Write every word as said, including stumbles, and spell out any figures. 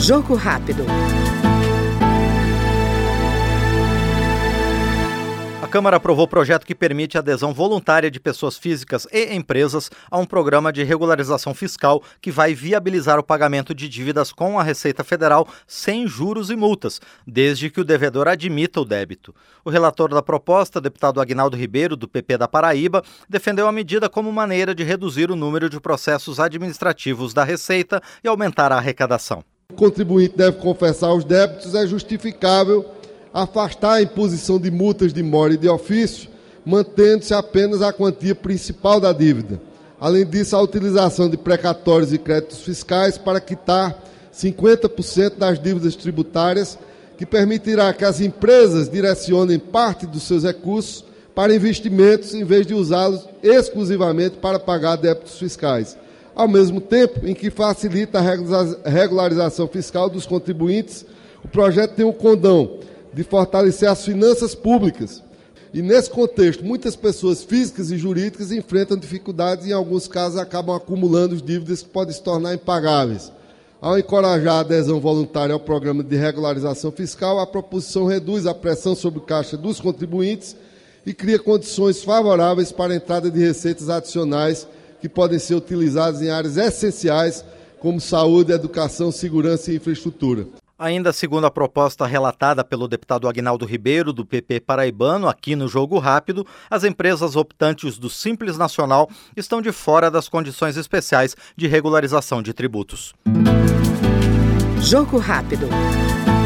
Jogo rápido. A Câmara aprovou o projeto que permite a adesão voluntária de pessoas físicas e empresas a um programa de regularização fiscal que vai viabilizar o pagamento de dívidas com a Receita Federal sem juros e multas, desde que o devedor admita o débito. O relator da proposta, deputado Aguinaldo Ribeiro, do P P da Paraíba, defendeu a medida como maneira de reduzir o número de processos administrativos da Receita e aumentar a arrecadação. O contribuinte deve confessar os débitos, é justificável afastar a imposição de multas de mora e de ofício, mantendo-se apenas a quantia principal da dívida. Além disso, a utilização de precatórios e créditos fiscais para quitar cinquenta por cento das dívidas tributárias, que permitirá que as empresas direcionem parte dos seus recursos para investimentos, em vez de usá-los exclusivamente para pagar débitos fiscais. Ao mesmo tempo em que facilita a regularização fiscal dos contribuintes, o projeto tem um condão de fortalecer as finanças públicas. E, nesse contexto, muitas pessoas físicas e jurídicas enfrentam dificuldades e, em alguns casos, acabam acumulando dívidas que podem se tornar impagáveis. Ao encorajar a adesão voluntária ao programa de regularização fiscal, a proposição reduz a pressão sobre o caixa dos contribuintes e cria condições favoráveis para a entrada de receitas adicionais que podem ser utilizadas em áreas essenciais como saúde, educação, segurança e infraestrutura. Ainda segundo a proposta relatada pelo deputado Aguinaldo Ribeiro, do P P paraibano, aqui no Jogo Rápido, as empresas optantes do Simples Nacional estão de fora das condições especiais de regularização de tributos. Jogo rápido.